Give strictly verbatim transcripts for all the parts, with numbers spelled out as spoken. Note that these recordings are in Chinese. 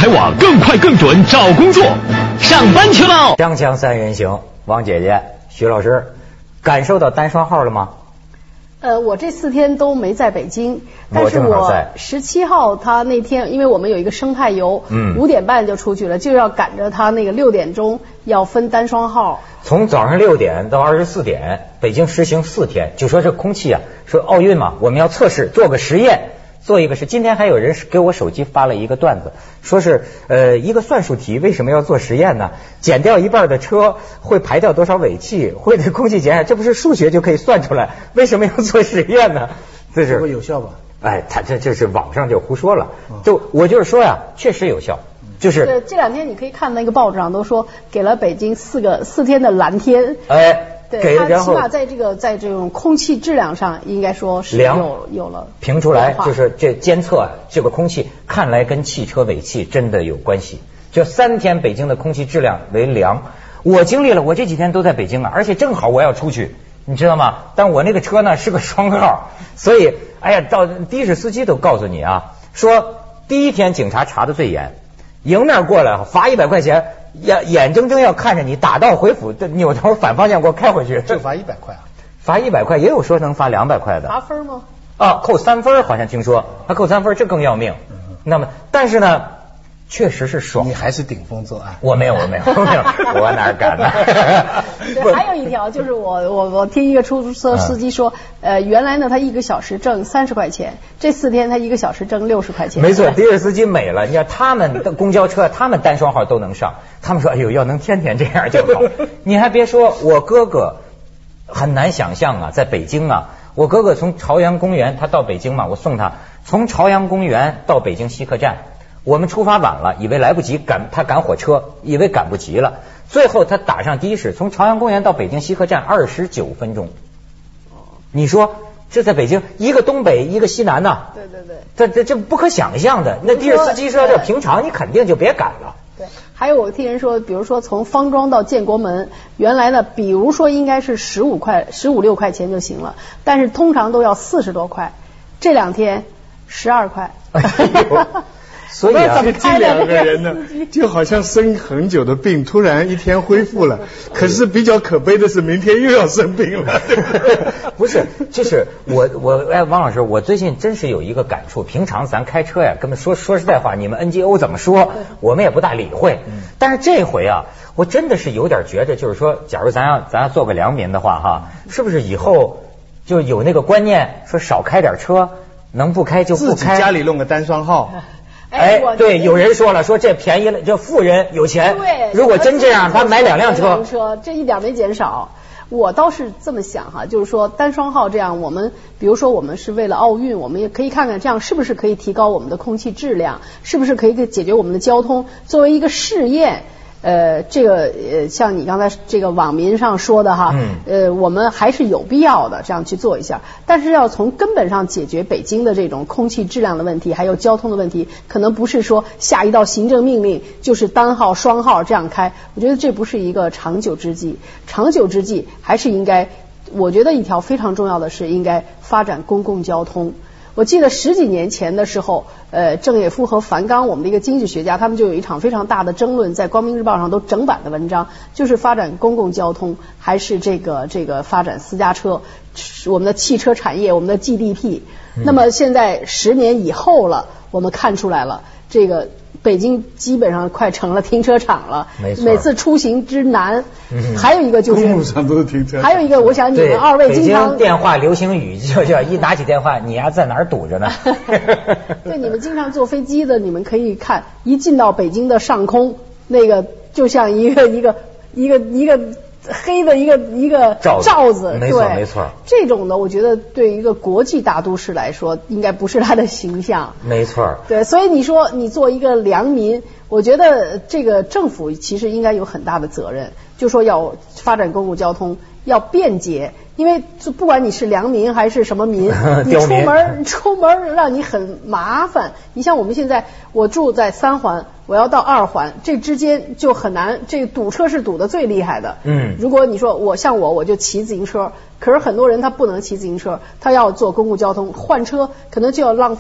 开网，更快更准找工作，上班去喽！ 锵锵三人行，王姐姐、徐老师，感受到单双号了吗？ 呃，我这四天都没在北京，但是我十七号他那天，因为我们有一个生态游，嗯，五点半就出去了，就要赶着他那个六点钟要分单双号。 从早上六点到二十四点，北京实行四天，就说这空气啊，说奥运嘛，我们要测试，做个实验。做一个是，今天还有人给我手机发了一个段子，说是呃一个算术题，为什么要做实验呢？减掉一半的车会排掉多少尾气，会对空气减少，这不是数学就可以算出来？为什么要做实验呢？这是会有效吧？ 哎，他这这是网上就胡说了。就我就是说呀，确实有效。就是这两天你可以看那个报纸上都说给了北京四个四天的蓝天。 哎。 对，它起码在这个在这种空气质量上，应该说是有有了评出来，就是这监测这个空气，看来跟汽车尾气真的有关系。就三天北京的空气质量为良，我经历了，我这几天都在北京啊，而且正好我要出去，你知道吗？但我那个车呢是个双号，所以哎呀，到的士司机都告诉你啊，说第一天警察查的最严，迎面过来罚一百块钱。眼眼睁睁要看着你打道回府，扭头反方向给我开回去， 就罚一百块啊？ 罚一百块，也有说能罚两百块的。 罚分吗？ 啊，扣三分，好像听说他扣三分，这更要命。嗯、那么，但是呢，确实是爽。 你还是顶风作案？ 我没有，我没有，我没有，我哪敢呢？ 对，还有一条就是我我我听一个出租车司机说，呃，原来呢他一个小时挣三十块钱，这四天他一个小时挣六十块钱。 没错，的士司机美了。你看他们的公交车，他们单双号都能上。他们说，哎呦，要能天天这样就好。你还别说，我哥哥很难想象啊，在北京啊，我哥哥从朝阳公园，他到北京嘛，我送他从朝阳公园到北京西客站。我们出发晚了，以为来不及赶，他赶火车，以为赶不及了。最后他打上的士，从朝阳公园到北京西客站二十九分钟。你说这在北京，一个东北，一个西南呐、啊？ 对对对， 这这这不可想象的。那的士司机说，这平常你肯定就别赶了。 对，还有我听人说，比如说从方庄到建国门，原来呢，比如说应该是十五块、十五六块钱就行了，但是通常都要四十多块。这两天十二块。哎所以啊， 这两个人呢，就好像生很久的病，突然一天恢复了。可是比较可悲的是，明天又要生病了。 不是，就是我我哎，王老师，我最近真是有一个感触。平常咱开车呀，根本说说实在话，你们 N G O 怎么说，我们也不大理会。但是这回啊，我真的是有点觉着，就是说，假如咱要咱要做个良民的话，哈，是不是以后就有那个观念，说少开点车，能不开就不开， 自己家里弄个单双号。 哎，对，有人说了，说这便宜了，这富人有钱，对，如果真这样，他买两辆车， 车这一点没减少。我倒是这么想哈，就是说单双号这样，我们比如说我们是为了奥运，我们也可以看看这样是不是可以提高我们的空气质量，是不是可以解决我们的交通，作为一个试验。呃，这个呃，像你刚才这个网民上说的哈，嗯，呃，我们还是有必要的这样去做一下，但是要从根本上解决北京的这种空气质量的问题，还有交通的问题，可能不是说下一道行政命令就是单号双号这样开，我觉得这不是一个长久之计，长久之计还是应该，我觉得一条非常重要的是应该发展公共交通。我记得十几年前的时候，呃，郑也夫和樊纲，我们的一个经济学家，他们就有一场非常大的争论，在光明日报上都整版的文章，就是发展公共交通还是这个这个发展私家车，我们的汽车产业，我们的 G D P。那么现在十年以后了，我们看出来了，这个北京基本上快成了停车场了，每次出行之难。嗯、还有一个就是公路上都是停车场。 还有一个，我想你们二位经常北京电话流行语就叫一拿起电话，你呀在哪儿堵着呢？ 对，你们经常坐飞机的，你们可以看，一进到北京的上空，那个就像一个一个一个一个黑的一个一个罩子， 没错没错。 这种的，我觉得对一个国际大都市来说，应该不是它的形象。 没错。 对，所以你说你做一个良民，我觉得这个政府其实应该有很大的责任，就说要发展公共交通，要便捷。因为不管你是良民还是什么民，你出门出门让你很麻烦。你像我们现在，我住在三环，我要到二环，这之间就很难，这堵车是堵得最厉害的。嗯，如果你说我像我，我就骑自行车，可是很多人他不能骑自行车，他要坐公共交通，换车可能就要浪费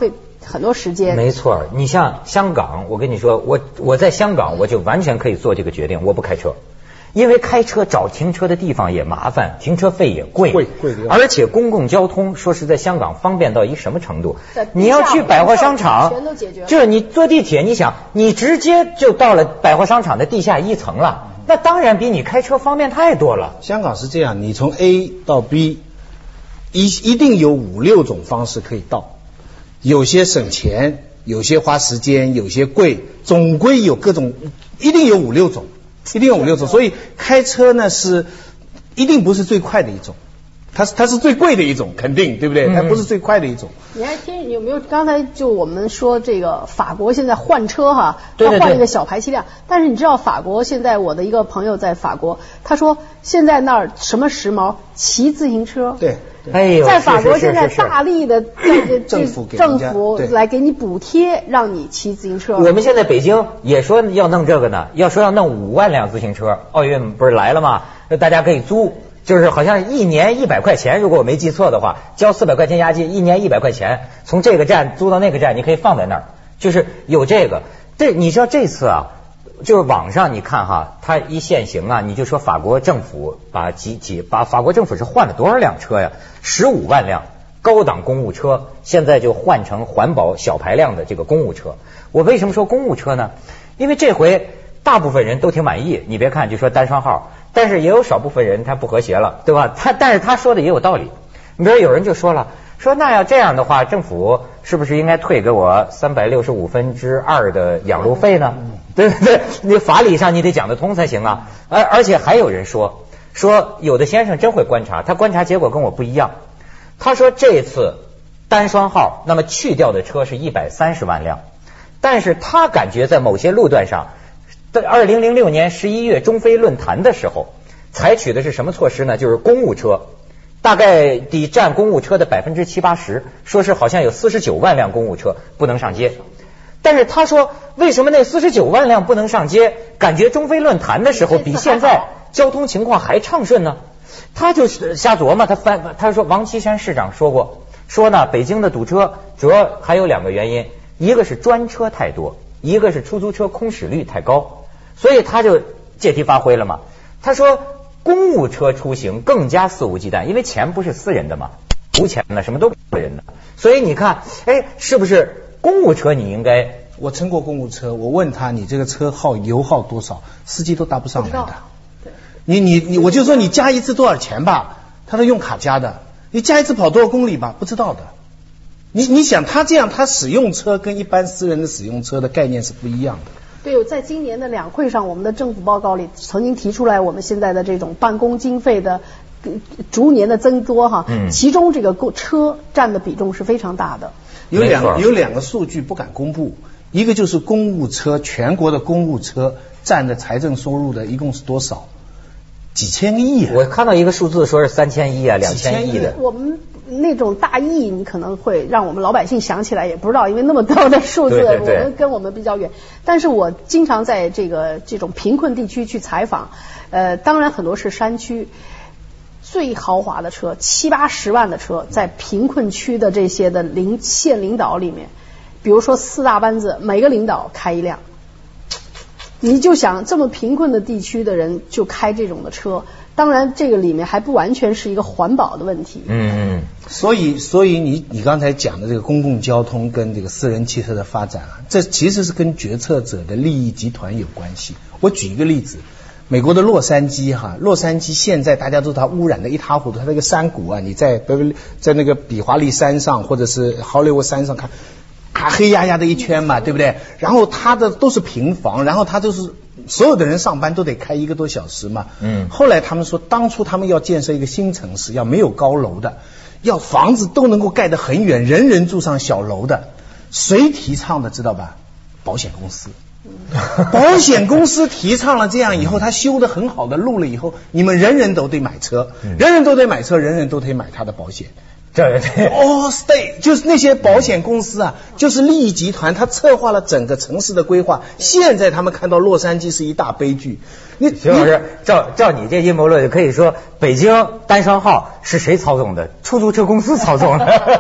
很多时间。 没错，你像香港，我跟你说，我我在香港我就完全可以做这个决定，我不开车。因为开车找停车的地方也麻烦，停车费也贵， 贵贵的。 而且公共交通说是在香港方便到一什么程度？你要去百货商场， 全都解决了。 就是你坐地铁，你想你直接就到了百货商场的地下一层了，那当然比你开车方便太多了。 香港是这样，你从 A 到 B， 一一定有五六种方式可以到，有些省钱，有些花时间，有些贵，总归有各种，一定有五六种。一定有五六种，所以开车呢是一定不是最快的一种，它是它是最贵的一种，肯定对不对？它不是最快的一种。 你还听有没有？刚才就我们说这个法国现在换车哈， 对对对， 要换一个小排气量。但是你知道法国现在我的一个朋友在法国，他说现在那儿什么时髦？骑自行车。 对。 哎呦， 在法国现在大力的政府给政府来给你补贴，让你骑自行车。 我们现在北京也说要弄这个呢，要说要弄五万辆自行车，奥运不是来了吗？大家可以租，就是好像一年一百块钱，如果我没记错的话，交四百块钱押金，一年一百块钱，从这个站租到那个站，你可以放在那儿，就是有这个。这你知道这次啊？就是网上你看哈，它一现行啊，你就说法国政府把几几把法国政府是换了多少辆车呀？十五万辆高档公务车，现在就换成环保小排量的这个公务车。我为什么说公务车呢？因为这回大部分人都挺满意。你别看就说单双号，但是也有少部分人他不和谐了，对吧？他但是他说的也有道理。你比如有人就说了，说那要这样的话，政府是不是应该退给我三百六十五分之二的养路费呢？对不对？你法理上你得讲得通才行啊。而而且还有人说说有的先生真会观察，他观察结果跟我不一样。他说这次单双号，那么去掉的车是一百三十万辆，但是他感觉在某些路段上，在二零零六年十一月中非论坛的时候，采取的是什么措施呢？就是公务车。大概得占公务车的百分之七八十，说是好像有四十九万辆公务车不能上街。但是他说，为什么那四十九万辆不能上街？感觉中非论坛的时候比现在交通情况还畅顺呢？他就瞎琢磨，他翻他说王岐山市长说过，说呢北京的堵车主要还有两个原因，一个是专车太多，一个是出租车空驶率太高，所以他就借题发挥了嘛。他说公务车出行更加肆无忌惮，因为钱不是私人的嘛，无钱呢什么都是私人的，所以你看，哎，是不是公务车你应该？ 我乘过公务车，我问他你这个车耗油耗多少，司机都答不上来的。你你你，我就说你加一次多少钱吧，他都用卡加的。你加一次跑多少公里吧，不知道的。你你想他这样，他使用车跟一般私人的使用车的概念是不一样的。 对，在今年的两会上，我们的政府报告里曾经提出来，我们现在的这种办公经费的逐年的增多哈，嗯，其中这个车占的比重是非常大的。 有两有两个数据不敢公布，一个就是公务车，全国的公务车占的财政收入的一共是多少？几千亿、啊。 我看到一个数字说是三千亿啊，两千亿的。 我们那种大亿，你可能会让我们老百姓想起来也不知道，因为那么高的数字， 对对对， 我们跟我们比较远。但是我经常在这个这种贫困地区去采访，呃，当然很多是山区。最豪华的车，七八十万的车，在贫困区的这些的领县领导里面，比如说四大班子，每个领导开一辆。你就想这么贫困的地区的人就开这种的车，当然这个里面还不完全是一个环保的问题。 嗯嗯。 所以所以你你刚才讲的这个公共交通跟这个私人汽车的发展啊，这其实是跟决策者的利益集团有关系。我举一个例子。美国的洛杉矶哈，洛杉矶现在大家都它污染的一塌糊涂，它那个山谷啊，你在在那个比华利山上或者是好莱坞山上看，啊黑压压的一圈嘛，对不对？然后它的都是平房，然后它就是所有的人上班都得开一个多小时嘛。嗯。后来他们说，当初他们要建设一个新城市，要没有高楼的，要房子都能够盖得很远，人人住上小楼的，谁提倡的知道吧？保险公司。保险公司提倡了这样以后，他修的很好的路了以后，你们人人都得买车，人人都得买车，人人都得买他的保险。 对对哦 ，Stay 就是那些保险公司啊，就是利益集团，他策划了整个城市的规划。现在他们看到洛杉矶是一大悲剧。 你徐老师，照照你这阴谋论，可以说北京单双号是谁操纵的？出租车公司操纵的。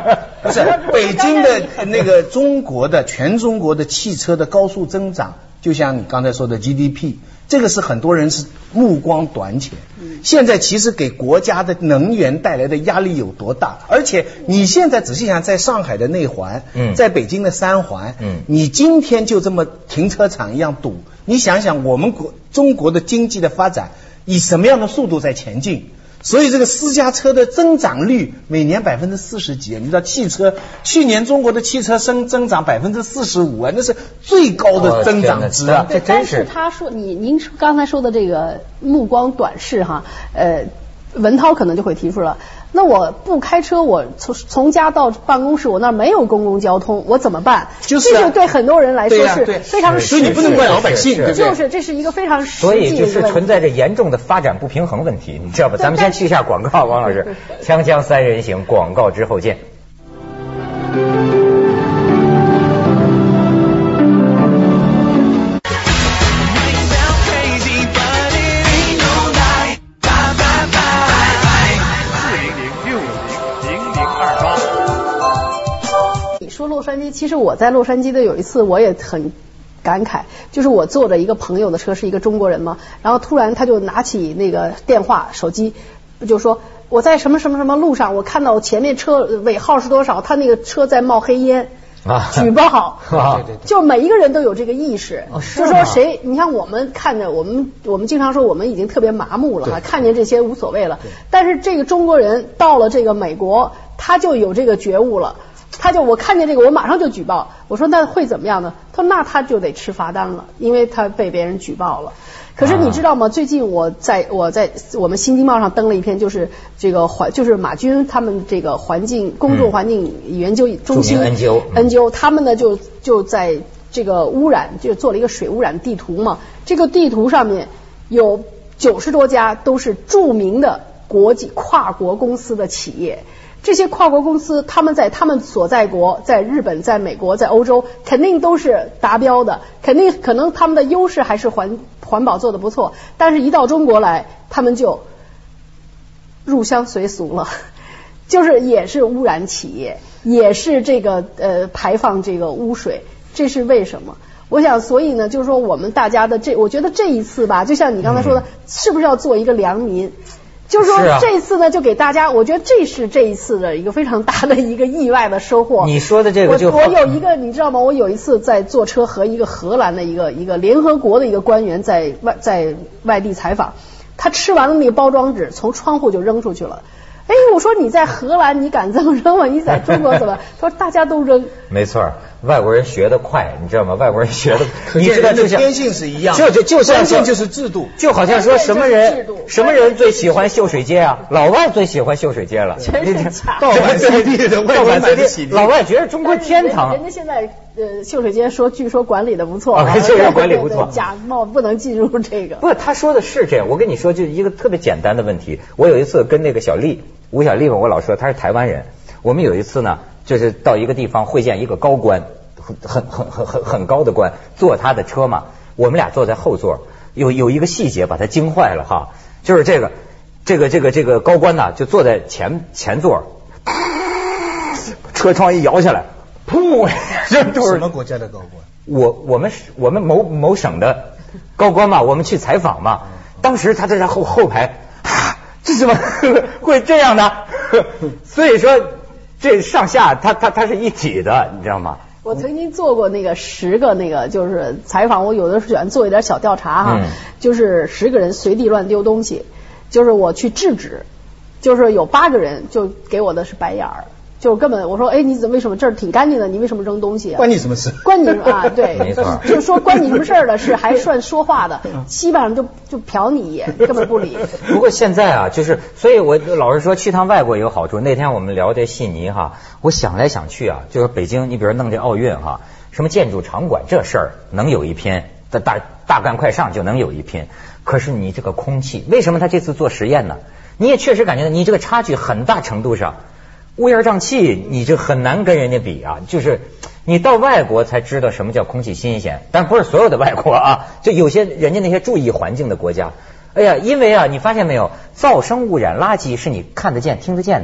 不是北京的那个中国的全中国的汽车的高速增长，就像你刚才说的 G D P， 这个是很多人是目光短浅。现在其实给国家的能源带来的压力有多大？而且你现在仔细想，在上海的内环，嗯，在北京的三环，嗯，你今天就这么停车场一样堵，你想想我们国中国的经济的发展以什么样的速度在前进？所以这个私家车的增长率每年百分之四十几，你知道汽车去年中国的汽车增增长百分之四十五啊，那是最高的增长值啊！ 这真是。但是他说你您刚才说的这个目光短视哈，呃，文涛可能就会提出了。那我不开车，我从从家到办公室，我那儿没有公共交通，我怎么办？ 就是、啊、 这就对很多人来说是非常实际， 所以你不能怪老百姓，对不对？ 就是这是一个非常实际的所以就是存在着严重的发展不平衡问题，你知道吧？咱们先去一下广告，王老师，锵锵三人行，广告之后见。 说洛杉矶，其实我在洛杉矶的有一次我也很感慨，就是我坐着一个朋友的车，是一个中国人嘛，然后突然他就拿起那个电话手机，就说我在什么什么什么路上，我看到前面车尾号是多少，他那个车在冒黑烟。啊，举报，啊、对对对，就每一个人都有这个意识，哦、就说谁，你看我们看着我们，我们经常说我们已经特别麻木了哈，看见这些无所谓了，但是这个中国人到了这个美国，他就有这个觉悟了。他就我看见这个我马上就举报，我说那会怎么样呢？他说那他就得吃罚单了，因为他被别人举报了。可是你知道吗？最近我在我在我们新京报上登了一篇，就是这个环就是马军他们这个环境公众环境研究中心 N G O N G O 他们呢就就在这个污染就做了一个水污染地图嘛。这个地图上面有九十多家都是著名的国际跨国公司的企业。这些跨国公司，他们在他们所在国，在日本、在美国、在欧洲，肯定都是达标的，肯定可能他们的优势还是环环保做得不错，但是一到中国来，他们就入乡随俗了，就是也是污染企业，也是这个呃排放这个污水，这是为什么？我想，所以呢，就是说我们大家的这，我觉得这一次吧，就像你刚才说的，嗯、是不是要做一个良民？就是说这次呢，就给大家，我觉得这是这一次的一个非常大的一个意外的收获。 你说的这个就我我有一个，你知道吗？我有一次在坐车和一个荷兰的一个一个联合国的一个官员在外在外地采访，他吃完了那个包装纸，从窗户就扔出去了。哎，我说你在荷兰你敢这么扔吗？你在中国怎么？他说大家都扔。 没错，外国人学得快，你知道吗？外国人学的，你知道就像天性是一样， 就就就像说就是制度， 就好像说什么人什么人最喜欢秀水街啊？老外最喜欢秀水街了， 全是假， 盗版 C D 的外国买得起， 老外觉得中国天堂。 人家现在呃秀水街说，据说管理的不错， 啊，秀水管理不错， 假冒不能进入这个。 不，他说的是这样。我跟你说，就一个特别简单的问题。我有一次跟那个小丽。吴小丽，我老说她是台湾人。我们有一次呢，就是到一个地方会见一个高官，很很很很很很高的官，坐他的车嘛。我们俩坐在后座，有有一个细节把他惊坏了哈，就是这个这个这个这个高官呢，就坐在前前座，车窗一摇下来，噗，这就是什么国家的高官？ 我我们我们某某省的高官嘛，我们去采访嘛。当时他在这后后排。这怎么会这样呢？所以说这上下它它它是一体的，你知道吗？ 我曾经做过那个十个那个就是采访，我有的时候喜欢做一点小调查哈，嗯、就是十个人随地乱丢东西，就是我去制止，就是有八个人就给我的是白眼儿。就根本我说，哎，你怎么为什么这儿挺干净的？你为什么扔东西啊？ 关你什么事？ 关你啊，对， 没错， 就是说关你什么事儿的是还算说话的，基本上就就瞟你一眼，根本不理。 不过现在啊，就是所以我老实说，去趟外国有好处。那天我们聊这悉尼哈，我想来想去啊，就是北京，你比如弄这奥运哈，什么建筑场馆这事儿能有一篇，大大大干快上就能有一篇。可是你这个空气，为什么他这次做实验呢？你也确实感觉到你这个差距很大程度上。乌烟瘴气，你就很难跟人家比啊！就是你到外国才知道什么叫空气新鲜，但不是所有的外国啊，就有些人家那些注意环境的国家，哎呀，因为啊，你发现没有，噪声污染、垃圾是你看得见、听得见的，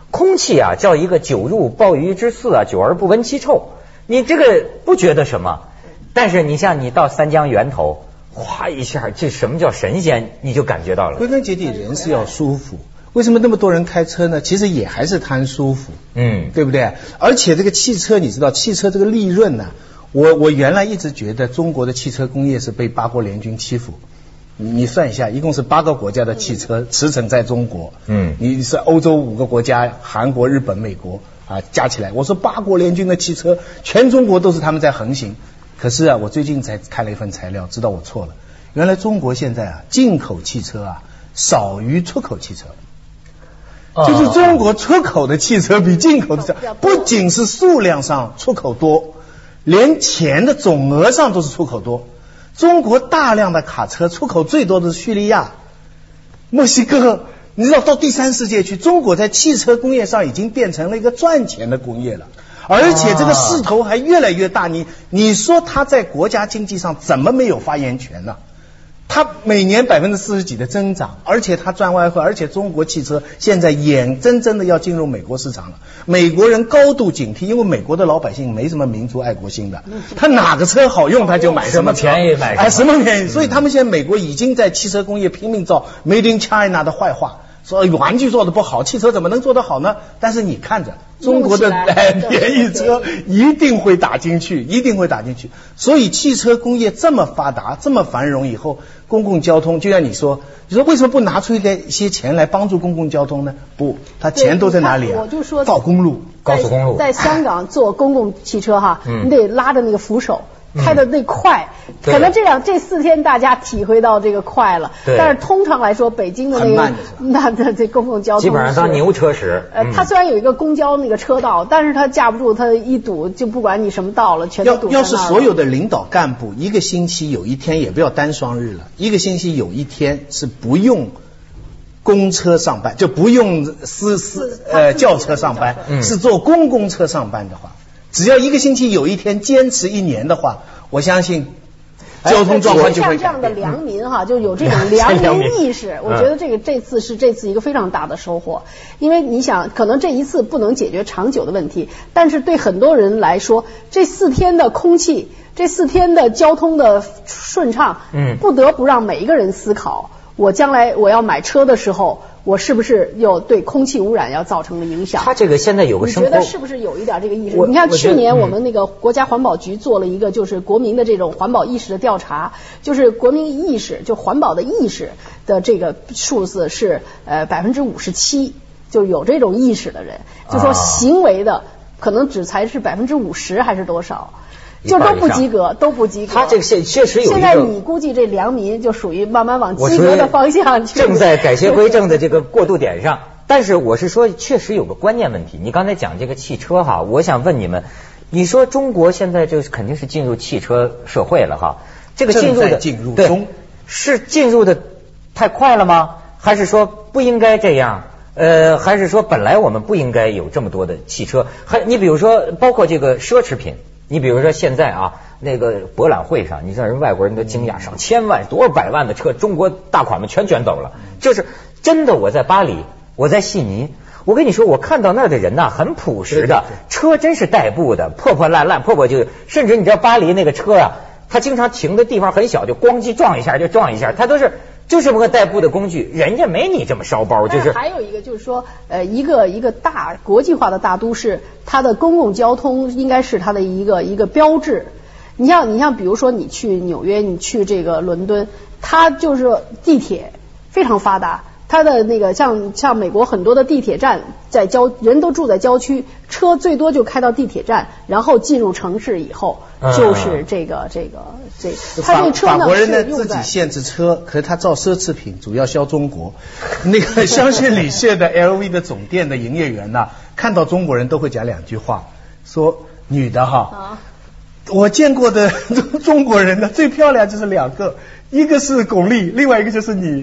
空气啊，叫一个久入鲍鱼之肆啊，久而不闻其臭。你这个不觉得什么？但是你像你到三江源头，哗一下，这什么叫神仙，你就感觉到了。 归根结底，人是要舒服。为什么那么多人开车呢？其实也还是贪舒服， 嗯， 对不对？而且这个汽车，你知道，汽车这个利润呢、啊，我我原来一直觉得中国的汽车工业是被八国联军欺负。你算一下，一共是八个国家的汽车驰骋在中国，嗯，你是欧洲五个国家，韩国、日本、美国啊，加起来，我说八国联军的汽车，全中国都是他们在横行。可是啊，我最近才看了一份材料，知道我错了。原来中国现在啊，进口汽车啊少于出口汽车。就是中国出口的汽车比进口的车，不仅是数量上出口多，连钱的总额上都是出口多。中国大量的卡车出口最多的是叙利亚、墨西哥。你知道到第三世界去，中国在汽车工业上已经变成了一个赚钱的工业了，而且这个势头还越来越大。你你说他在国家经济上怎么没有发言权呢？它每年百分之四十几的增长，而且它赚外汇，而且中国汽车现在眼睁睁的要进入美国市场了。美国人高度警惕，因为美国的老百姓没什么民族爱国心的，他哪个车好用他就买什么车， 什么便宜买什么， 哎，什么便宜。所以他们现在美国已经在汽车工业拼命造 Made in China 的坏话，说玩具做的不好，汽车怎么能做得好呢？但是你看着中国的哎便宜车一定会打进去，一定会打进去。所以汽车工业这么发达，这么繁荣以后，公共交通就像你说，你说为什么不拿出一个一些钱来帮助公共交通呢？不，他钱都在哪里啊？ 我就说造公路、 高速公路。 在香港坐公共汽车哈，嗯、你得拉着那个扶手。开的那快，嗯、可能这两这四天大家体会到这个快了，但是通常来说，北京的那个那那这公共交通基本上当牛车使。 呃，嗯、它虽然有一个公交那个车道，但是它架不住，它一堵就不管你什么道了，全都堵在那儿了。 要要是所有的领导干部一个星期有一天，也不要单双日了，一个星期有一天是不用公车上班，就不用私私呃轿车上班，嗯、是坐公共车上班的话。只要一个星期有一天坚持一年的话，我相信交通状况就会改变。 像这样的良民哈，就有这种良民意识，我觉得这个这次是这次一个非常大的收获。因为你想，可能这一次不能解决长久的问题，但是对很多人来说，这四天的空气，这四天的交通的顺畅，嗯，不得不让每一个人思考，我将来我要买车的时候，我是不是又对空气污染要造成了影响？ 他这个现在有个生活， 你觉得是不是有一点这个意识？你看去年我们那个国家环保局做了一个就是国民的这种环保意识的调查，就是国民意识就环保的意识的这个数字是呃百分之五十七，就有这种意识的人，就说行为的可能只才是百分之五十还是多少？就都不及格，都不及格。 他这个现确实有一个。 现在你估计这良民就属于慢慢往及格的方向去。 正在改邪归正的这个过渡点上，但是我是说，确实有个关键问题。你刚才讲这个汽车哈，我想问你们，你说中国现在就肯定是进入汽车社会了哈，这个进入的进入中是进入的太快了吗？还是说不应该这样？呃，还是说本来我们不应该有这么多的汽车？还你比如说，包括这个奢侈品。你比如说现在啊，那个博览会上，你像人外国人都惊讶，上千万、多少百万的车，中国大款们全卷走了。就是真的，我在巴黎，我在悉尼，我跟你说，我看到那儿的人呐、啊，很朴实的，车真是代步的，破破烂烂，破破旧旧。甚至你知道巴黎那个车啊，它经常停的地方很小，就咣叽撞一下就撞一下，它都是。就这么个代步的工具，人家没你这么烧包。就是还有一个就是说，呃，一个一个大国际化的大都市，它的公共交通应该是它的一个一个标志。你像你像比如说你去纽约，你去这个伦敦，它就是地铁非常发达。它的那个像像美国很多的地铁站在郊，人都住在郊区，车最多就开到地铁站，然后进入城市以后就是这个、嗯、这个这个。他这车呢法国人呢自己限制车，可是他造奢侈品主要销中国。那个香榭里榭的 L V 的总店的营业员呢，看到中国人都会讲两句话，说女的哈。啊我见过的中国人呢，最漂亮就是两个，一个是巩俐，另外一个就是你。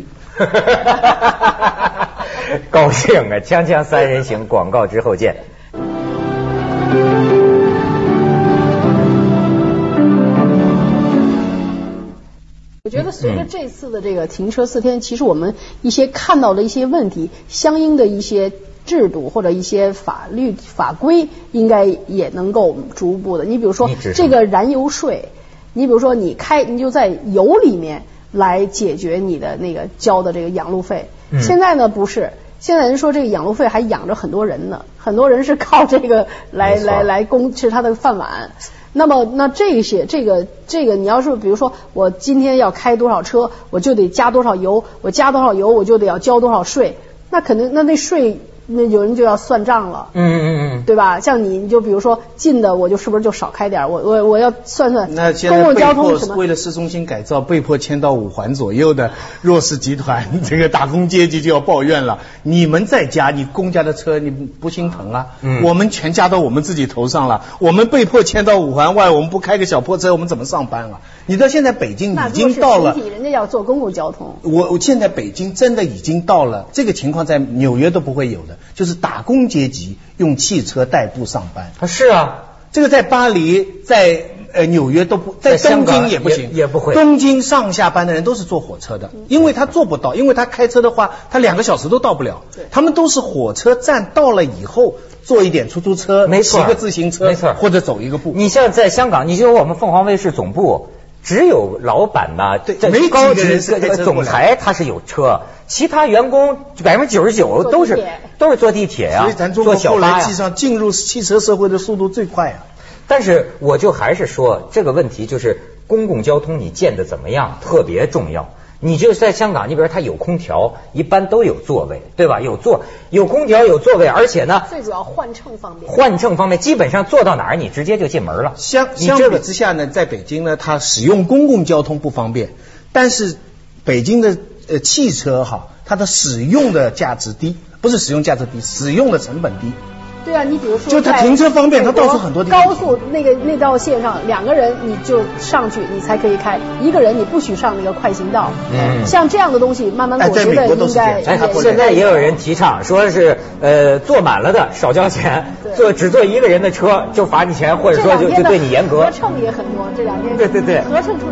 高兴啊！锵锵三人行，广告之后见。 我觉得随着这次的这个停车四天，其实我们一些看到的一些问题，相应的一些制度或者一些法律法规，应该也能够逐步的。你比如说这个燃油税，你比如说你开你就在油里面来解决你的那个交的这个养路费。嗯、现在呢不是，现在人说这个养路费还养着很多人呢，很多人是靠这个来来来供吃他的饭碗。那么，那这些，这个，这个，你要是比如说，我今天要开多少车，我就得加多少油，我加多少油，我就得要交多少税，那肯定，那那税，那有人就要算账了， 嗯嗯嗯， 对吧？像你，你就比如说近的，我就是不是就少开点，我我我要算算那公共交通什么。 为了市中心改造，被迫迁到五环左右的弱势集团，这个打工阶级就要抱怨了。你们在加，你公家的车你不心疼啊？嗯，我们全加到我们自己头上了。我们被迫迁到五环外，我们不开个小破车，我们怎么上班啊？你到现在北京已经到了， 那人家要坐公共交通。 我我现在北京真的已经到了这个情况，在纽约都不会有的，就是打工阶级用汽车代步上班。 啊，是啊， 这个在巴黎，在呃纽约都不，在东京也不行， 也, 也不会。 东京上下班的人都是坐火车的，因为他做不到，因为他开车的话，他两个小时都到不了。他们都是火车站到了以后，坐一点出租车， 没错， 骑个自行车， 没错， 或者走一个步。 你像在香港，你就我们凤凰卫视总部。只有老板呐， 对， 没高级总裁他是有车，其他员工百分之九十九都是都是坐地铁呀、啊， 所以咱中国后来实际上进入汽车社会的速度最快啊。 但是我就还是说这个问题，就是公共交通你建的怎么样特别重要。你就在香港，你比如说它有空调，一般都有座位，对吧？有座有空调有座位，而且呢， 最主要换乘方面， 换乘方面基本上坐到哪儿你直接就进门了。 相相比之下呢，在北京呢，它使用公共交通不方便，但是北京的呃汽车哈，它的使用的价值低，不是使用价值低，使用的成本低。 对啊，你比如说， 就它停车方便，它到处很多地方。 高速那个那道线上，两个人你就上去，你才可以开；一个人你不许上那个快行道。嗯，像这样的东西，慢慢的我觉得应该。 哎，现在也有人提倡，说是呃坐满了的少交钱，坐只坐一个人的车就罚你钱，或者说就就对你严格。 合乘也很多，这两天。 对对对， 合乘出。